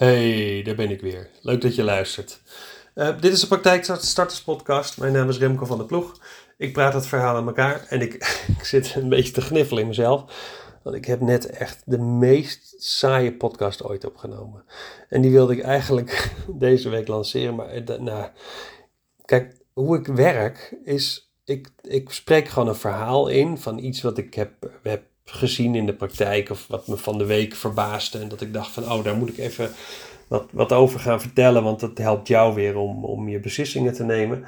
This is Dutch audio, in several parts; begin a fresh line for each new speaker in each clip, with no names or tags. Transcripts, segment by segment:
Hey, daar ben ik weer. Leuk dat je luistert. Dit is de Praktijkstarters podcast. Mijn naam is Remco van der Ploeg. Ik praat het verhaal aan elkaar en ik, ik zit een beetje te gniffelen in mezelf. Want ik heb net echt de meest saaie podcast ooit opgenomen. En die wilde ik eigenlijk deze week lanceren. Maar kijk, hoe ik werk is, ik spreek gewoon een verhaal in van iets wat ik heb gezien in de praktijk of wat me van de week verbaasde. En dat ik dacht van, daar moet ik even wat over gaan vertellen, want dat helpt jou weer om je beslissingen te nemen.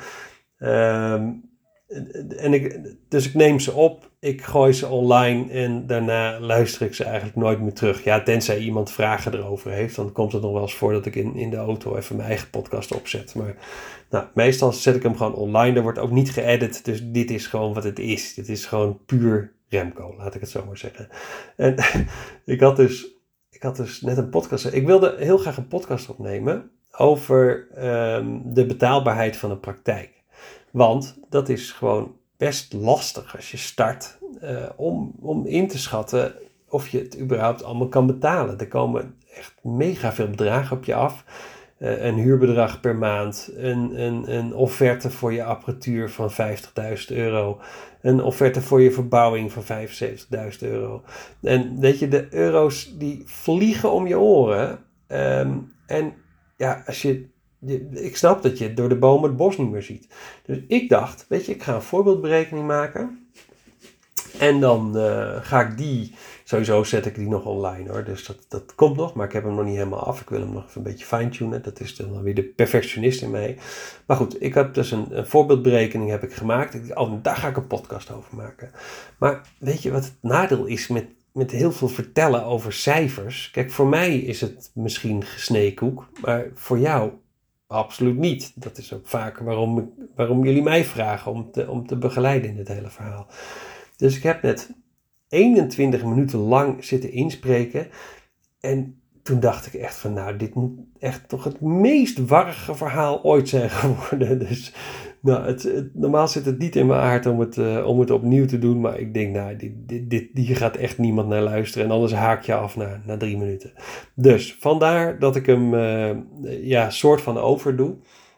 Dus ik neem ze op, ik gooi ze online en daarna luister ik ze eigenlijk nooit meer terug. Ja, tenzij iemand vragen erover heeft, dan komt het nog wel eens voor dat ik in de auto even mijn eigen podcast opzet. Maar meestal zet ik hem gewoon online, er wordt ook niet geëdit, dus dit is gewoon wat het is. Dit is gewoon puur Remco, laat ik het zo maar zeggen. En ik had dus net een podcast. Ik wilde heel graag een podcast opnemen over de betaalbaarheid van een praktijk. Want dat is gewoon best lastig als je start om in te schatten of je het überhaupt allemaal kan betalen. Er komen echt mega veel bedragen op je af. Een huurbedrag per maand, een offerte voor je apparatuur van €50.000, een offerte voor je verbouwing van €75.000. En weet je, de euro's die vliegen om je oren. En ja, ik snap dat je door de bomen het bos niet meer ziet. Dus ik dacht, weet je, ik ga een voorbeeldberekening maken. En dan ga ik sowieso zet ik die nog online hoor. Dus dat komt nog, maar ik heb hem nog niet helemaal af. Ik wil hem nog even een beetje fine-tunen. Dat is dan weer de perfectionist in mij. Maar goed, ik heb dus een voorbeeldberekening heb ik gemaakt. Ik dacht, daar ga ik een podcast over maken. Maar weet je wat het nadeel is met heel veel vertellen over cijfers? Kijk, voor mij is het misschien gesneden koek, maar voor jou absoluut niet. Dat is ook vaak waarom jullie mij vragen om te begeleiden in dit hele verhaal. Dus ik heb net 21 minuten lang zitten inspreken. En toen dacht ik echt van, dit moet echt toch het meest warrige verhaal ooit zijn geworden. Dus normaal zit het niet in mijn aard om het opnieuw te doen. Maar ik denk, hier gaat echt niemand naar luisteren. En anders haak je af na 3 minuten. Dus vandaar dat ik hem soort van overdoe.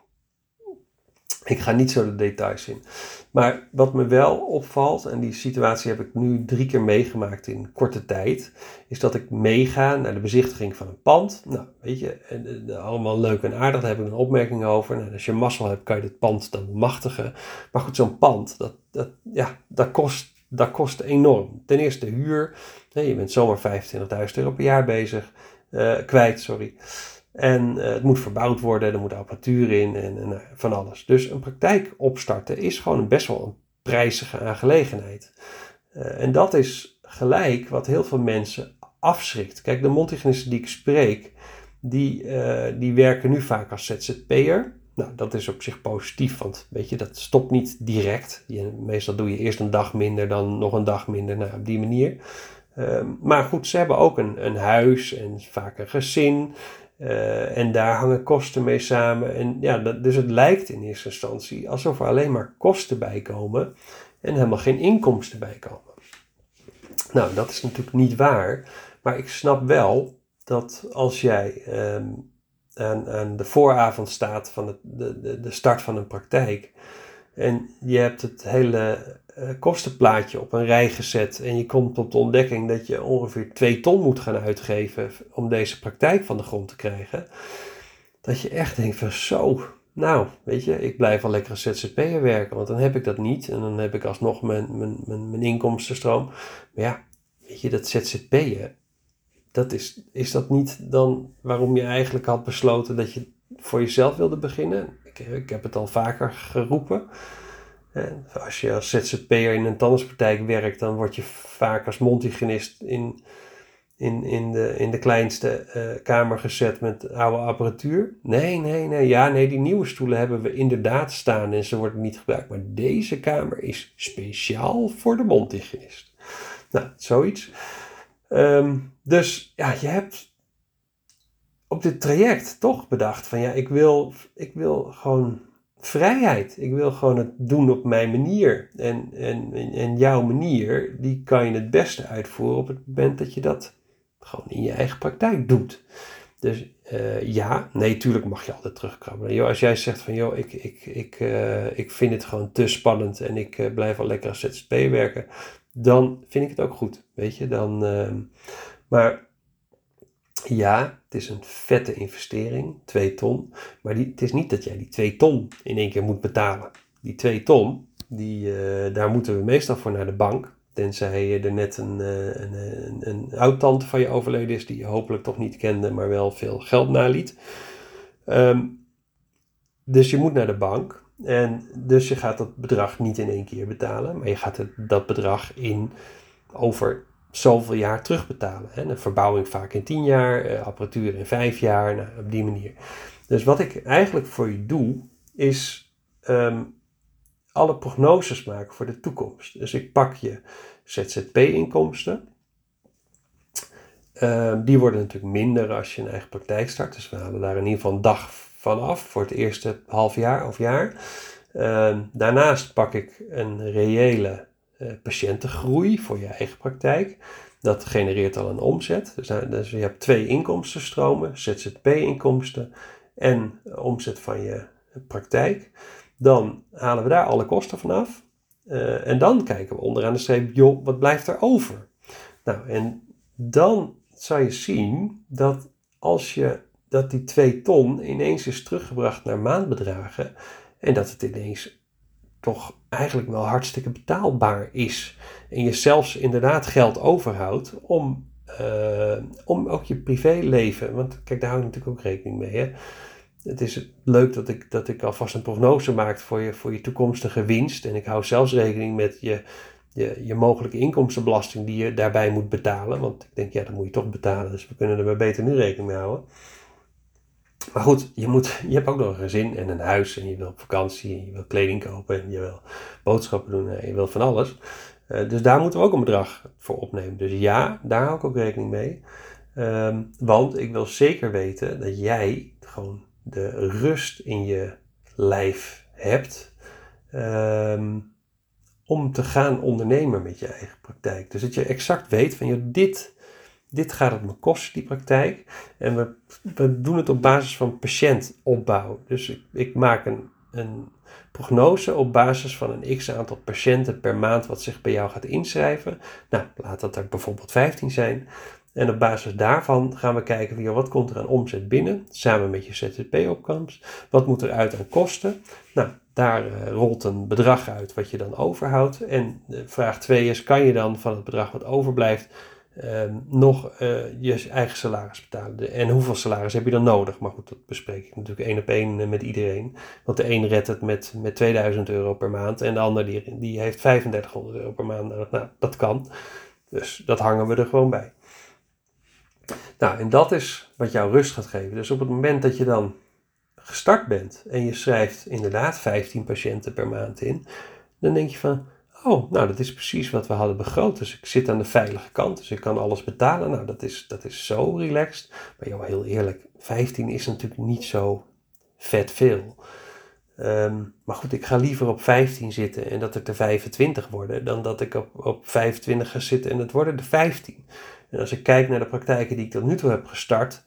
Ik ga niet zo de details in. Maar wat me wel opvalt, en die situatie heb ik nu 3 keer meegemaakt in korte tijd, is dat ik meega naar de bezichtiging van een pand. Nou, weet je, allemaal leuk en aardig, daar heb ik een opmerking over. Nou, als je mazzel hebt, kan je dit pand dan bemachtigen. Maar goed, zo'n pand, dat kost enorm. Ten eerste de huur. Je bent zomaar €25.000 per jaar kwijt. En het moet verbouwd worden, er moet apparatuur in en van alles. Dus een praktijk opstarten is gewoon best wel een prijzige aangelegenheid. En dat is gelijk wat heel veel mensen afschrikt. Kijk, de mondhygiënisten die ik spreek, die werken nu vaak als ZZP'er. Nou, dat is op zich positief, want weet je, dat stopt niet direct. Meestal doe je eerst een dag minder, dan nog een dag minder, op die manier. Maar goed, ze hebben ook een huis en vaak een gezin. En daar hangen kosten mee samen. En dus het lijkt in eerste instantie alsof er alleen maar kosten bij komen en helemaal geen inkomsten bij komen. Nou, dat is natuurlijk niet waar. Maar ik snap wel dat als jij aan de vooravond staat van de start van een praktijk en je hebt het hele kostenplaatje op een rij gezet en je komt tot de ontdekking dat je ongeveer 2 ton moet gaan uitgeven om deze praktijk van de grond te krijgen, dat je echt denkt van weet je, ik blijf wel lekker als ZZP'er werken, want dan heb ik dat niet en dan heb ik alsnog mijn inkomstenstroom. Maar ja, weet je, dat ZZP'er, is dat niet dan waarom je eigenlijk had besloten dat je voor jezelf wilde beginnen? Ik heb het al vaker geroepen. Als je als ZZP'er in een tandartspraktijk werkt, dan word je vaak als mondhygiënist in de kleinste kamer gezet met oude apparatuur. Nee, die nieuwe stoelen hebben we inderdaad staan en ze worden niet gebruikt. Maar deze kamer is speciaal voor de mondhygiënist. Nou, zoiets. Dus ja, je hebt op dit traject toch bedacht van ik wil gewoon vrijheid. Ik wil gewoon het doen op mijn manier. En jouw manier, die kan je het beste uitvoeren op het moment dat je dat gewoon in je eigen praktijk doet. Dus nee, tuurlijk mag je altijd terugkrabbelen. Joh, als jij zegt van, joh, ik vind het gewoon te spannend en ik blijf al lekker als ZZP werken, dan vind ik het ook goed, weet je. Maar ja, het is een vette investering, 2 ton. Maar het is niet dat jij die 2 ton in één keer moet betalen. Die 2 ton, daar moeten we meestal voor naar de bank. Tenzij er net een oud-tante van je overleden is die je hopelijk toch niet kende, maar wel veel geld naliet. Dus je moet naar de bank. En dus je gaat dat bedrag niet in één keer betalen, maar je gaat dat bedrag over zoveel jaar terugbetalen. Hè? Een verbouwing vaak in 10 jaar, apparatuur in 5 jaar, nou, op die manier. Dus wat ik eigenlijk voor je doe, is alle prognoses maken voor de toekomst. Dus ik pak je ZZP-inkomsten. Die worden natuurlijk minder als je een eigen praktijk start. Dus we halen daar in ieder geval een dag van af voor het eerste half jaar of jaar. Daarnaast pak ik een reële patiëntengroei voor je eigen praktijk. Dat genereert al een omzet. Dus je hebt 2 inkomstenstromen, ZZP-inkomsten en omzet van je praktijk. Dan halen we daar alle kosten vanaf. En dan kijken we onderaan de streep, joh, wat blijft er over? Nou, en dan zal je zien dat dat die 2 ton ineens is teruggebracht naar maandbedragen en dat het ineens toch eigenlijk wel hartstikke betaalbaar is. En je zelfs inderdaad geld overhoudt om ook je privéleven, want kijk, daar hou ik natuurlijk ook rekening mee. Hè? Het is leuk dat ik alvast een prognose maak voor je toekomstige winst. En ik hou zelfs rekening met je mogelijke inkomstenbelasting die je daarbij moet betalen. Want ik denk, ja, dat moet je toch betalen. Dus we kunnen er maar beter nu rekening mee houden. Maar goed, je hebt ook nog een gezin en een huis. En je wil op vakantie. En je wil kleding kopen. En je wil boodschappen doen. En je wil van alles. Dus daar moeten we ook een bedrag voor opnemen. Dus ja, daar hou ik ook rekening mee. Want ik wil zeker weten dat jij gewoon de rust in je lijf hebt om te gaan ondernemen met je eigen praktijk. Dus dat je exact weet van, joh, dit gaat het me kosten, die praktijk. En we doen het op basis van patiëntopbouw. Dus ik maak een prognose op basis van een x-aantal patiënten per maand wat zich bij jou gaat inschrijven. Nou, laat dat er bijvoorbeeld 15 zijn. En op basis daarvan gaan we kijken, joh, wat komt er aan omzet binnen, samen met je ZZP-opkomst. Wat moet er uit aan kosten? Nou, daar rolt een bedrag uit wat je dan overhoudt. En vraag 2 is, kan je dan van het bedrag wat overblijft nog je eigen salaris betalen? En hoeveel salaris heb je dan nodig? Maar goed, dat bespreek ik natuurlijk 1 op 1 met iedereen. Want de een redt het met 2000 euro per maand en de ander die heeft 3500 euro per maand nodig. Nou, dat kan. Dus dat hangen we er gewoon bij. Nou, en dat is wat jou rust gaat geven. Dus op het moment dat je dan gestart bent en je schrijft inderdaad 15 patiënten per maand in, dan denk je van, oh, nou, dat is precies wat we hadden begroot. Dus ik zit aan de veilige kant, dus ik kan alles betalen. Nou, dat is zo relaxed. Maar joh, heel eerlijk, 15 is natuurlijk niet zo vet veel. Maar goed, ik ga liever op 15 zitten en dat het er 25 worden, dan dat ik op 25 ga zitten en het worden er 15. En als ik kijk naar de praktijken die ik tot nu toe heb gestart,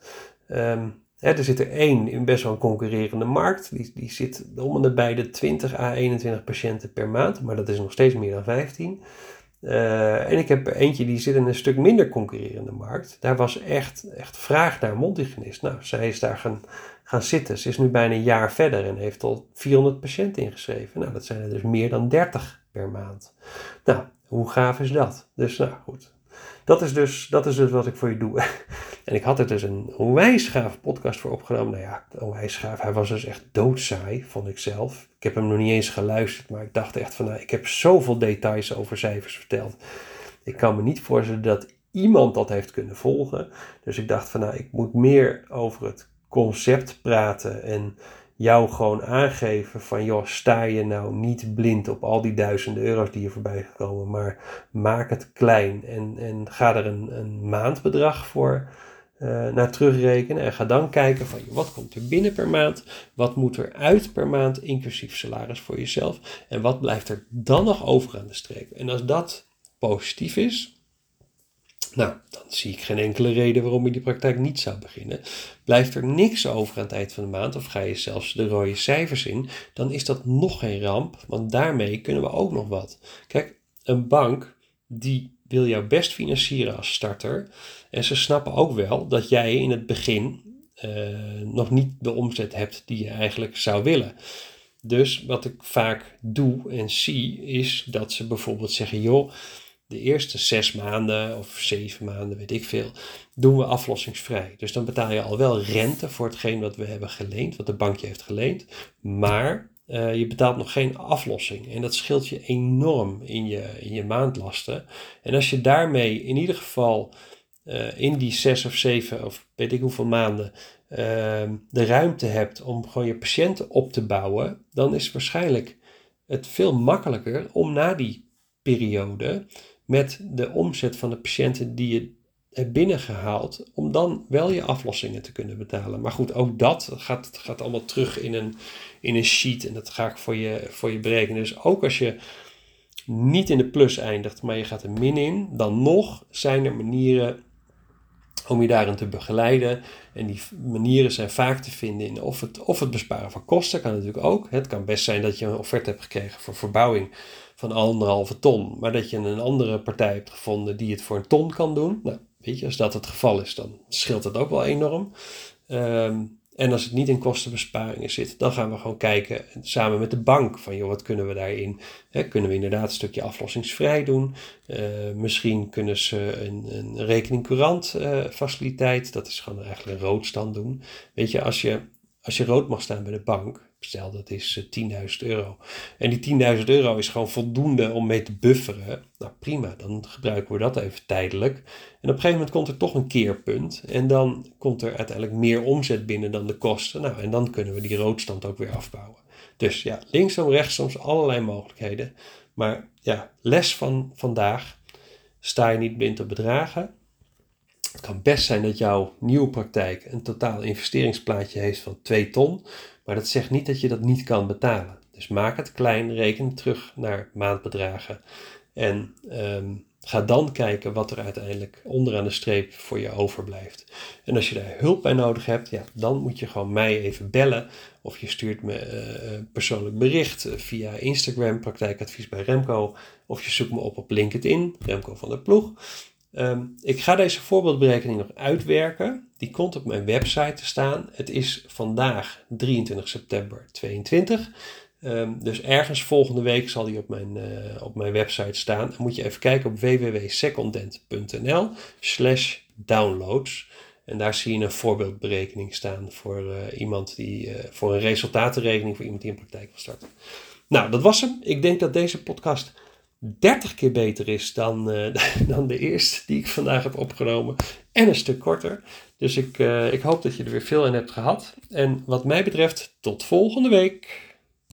er zit er 1 in best wel een concurrerende markt. Die zit om en nabij de 20 à 21 patiënten per maand, maar dat is nog steeds meer dan 15. En ik heb er eentje die zit in een stuk minder concurrerende markt. Daar was echt vraag naar mondhygiënist. Nou, zij is daar gaan zitten. Ze is nu bijna een jaar verder en heeft al 400 patiënten ingeschreven. Nou, dat zijn er dus meer dan 30 per maand. Nou, hoe gaaf is dat? Dus nou goed. Dat is dus wat ik voor je doe. En ik had er dus een onwijs gaaf podcast voor opgenomen. Nou ja, onwijs gaaf. Hij was dus echt doodsaai, vond ik zelf. Ik heb hem nog niet eens geluisterd, maar ik dacht echt van, nou, ik heb zoveel details over cijfers verteld. Ik kan me niet voorstellen dat iemand dat heeft kunnen volgen. Dus ik dacht van, nou, ik moet meer over het concept praten en jou gewoon aangeven van, joh, sta je nou niet blind op al die duizenden euro's die je voorbij komen, maar maak het klein en ga er een maandbedrag voor naar terugrekenen en ga dan kijken van, wat komt er binnen per maand, wat moet er uit per maand, inclusief salaris voor jezelf en wat blijft er dan nog over aan de streep. En als dat positief is, Nou, dan zie ik geen enkele reden waarom je die praktijk niet zou beginnen. Blijft er niks over aan het eind van de maand of ga je zelfs de rode cijfers in, dan is dat nog geen ramp, want daarmee kunnen we ook nog wat. Kijk, een bank die wil jou best financieren als starter en ze snappen ook wel dat jij in het begin nog niet de omzet hebt die je eigenlijk zou willen. Dus wat ik vaak doe en zie is dat ze bijvoorbeeld zeggen, joh, de eerste 6 maanden of 7 maanden, weet ik veel, doen we aflossingsvrij. Dus dan betaal je al wel rente voor hetgeen wat we hebben geleend, wat de bank je heeft geleend. Maar je betaalt nog geen aflossing. En dat scheelt je enorm in je maandlasten. En als je daarmee in ieder geval in die 6 of 7 of weet ik hoeveel maanden de ruimte hebt om gewoon je patiënten op te bouwen, dan is waarschijnlijk het veel makkelijker om na die periode met de omzet van de patiënten die je hebt binnengehaald, om dan wel je aflossingen te kunnen betalen. Maar goed, ook dat gaat allemaal terug in een sheet en dat ga ik voor je berekenen. Dus ook als je niet in de plus eindigt, maar je gaat er min in, dan nog zijn er manieren om je daarin te begeleiden. En die manieren zijn vaak te vinden in of het besparen van kosten, kan natuurlijk ook. Het kan best zijn dat je een offerte hebt gekregen voor verbouwing van 1,5 ton, maar dat je een andere partij hebt gevonden die het voor 1 ton kan doen. Nou, weet je, als dat het geval is, dan scheelt dat ook wel enorm. En als het niet in kostenbesparingen zit, dan gaan we gewoon kijken samen met de bank van, joh, wat kunnen we daarin? Kunnen we inderdaad een stukje aflossingsvrij doen? Misschien kunnen ze een rekening courant faciliteit, dat is gewoon eigenlijk een roodstand doen. Weet je, als je rood mag staan bij de bank, stel dat is €10.000. En die €10.000 is gewoon voldoende om mee te bufferen. Nou prima, dan gebruiken we dat even tijdelijk. En op een gegeven moment komt er toch een keerpunt. En dan komt er uiteindelijk meer omzet binnen dan de kosten. Nou, en dan kunnen we die roodstand ook weer afbouwen. Dus ja, linksom, rechtsom, allerlei mogelijkheden. Maar ja, les van vandaag. Sta je niet blind op bedragen. Het kan best zijn dat jouw nieuwe praktijk een totaal investeringsplaatje heeft van 2 ton. Maar dat zegt niet dat je dat niet kan betalen. Dus maak het klein, reken terug naar maandbedragen. En ga dan kijken wat er uiteindelijk onderaan de streep voor je overblijft. En als je daar hulp bij nodig hebt, ja, dan moet je gewoon mij even bellen. Of je stuurt me een persoonlijk bericht via Instagram, praktijkadvies bij Remco. Of je zoekt me op LinkedIn, Remco van der Ploeg. Ik ga deze voorbeeldberekening nog uitwerken. Die komt op mijn website te staan. Het is vandaag 23 september 2022. Dus ergens volgende week zal die op mijn website staan. Dan moet je even kijken op www.secondent.nl/downloads. En daar zie je een voorbeeldberekening staan voor iemand voor een resultatenrekening voor iemand die een praktijk wil starten. Nou, dat was hem. Ik denk dat deze podcast 30 keer beter is dan de eerste die ik vandaag heb opgenomen. En een stuk korter. Dus ik hoop dat je er weer veel in hebt gehad. En wat mij betreft, tot volgende week.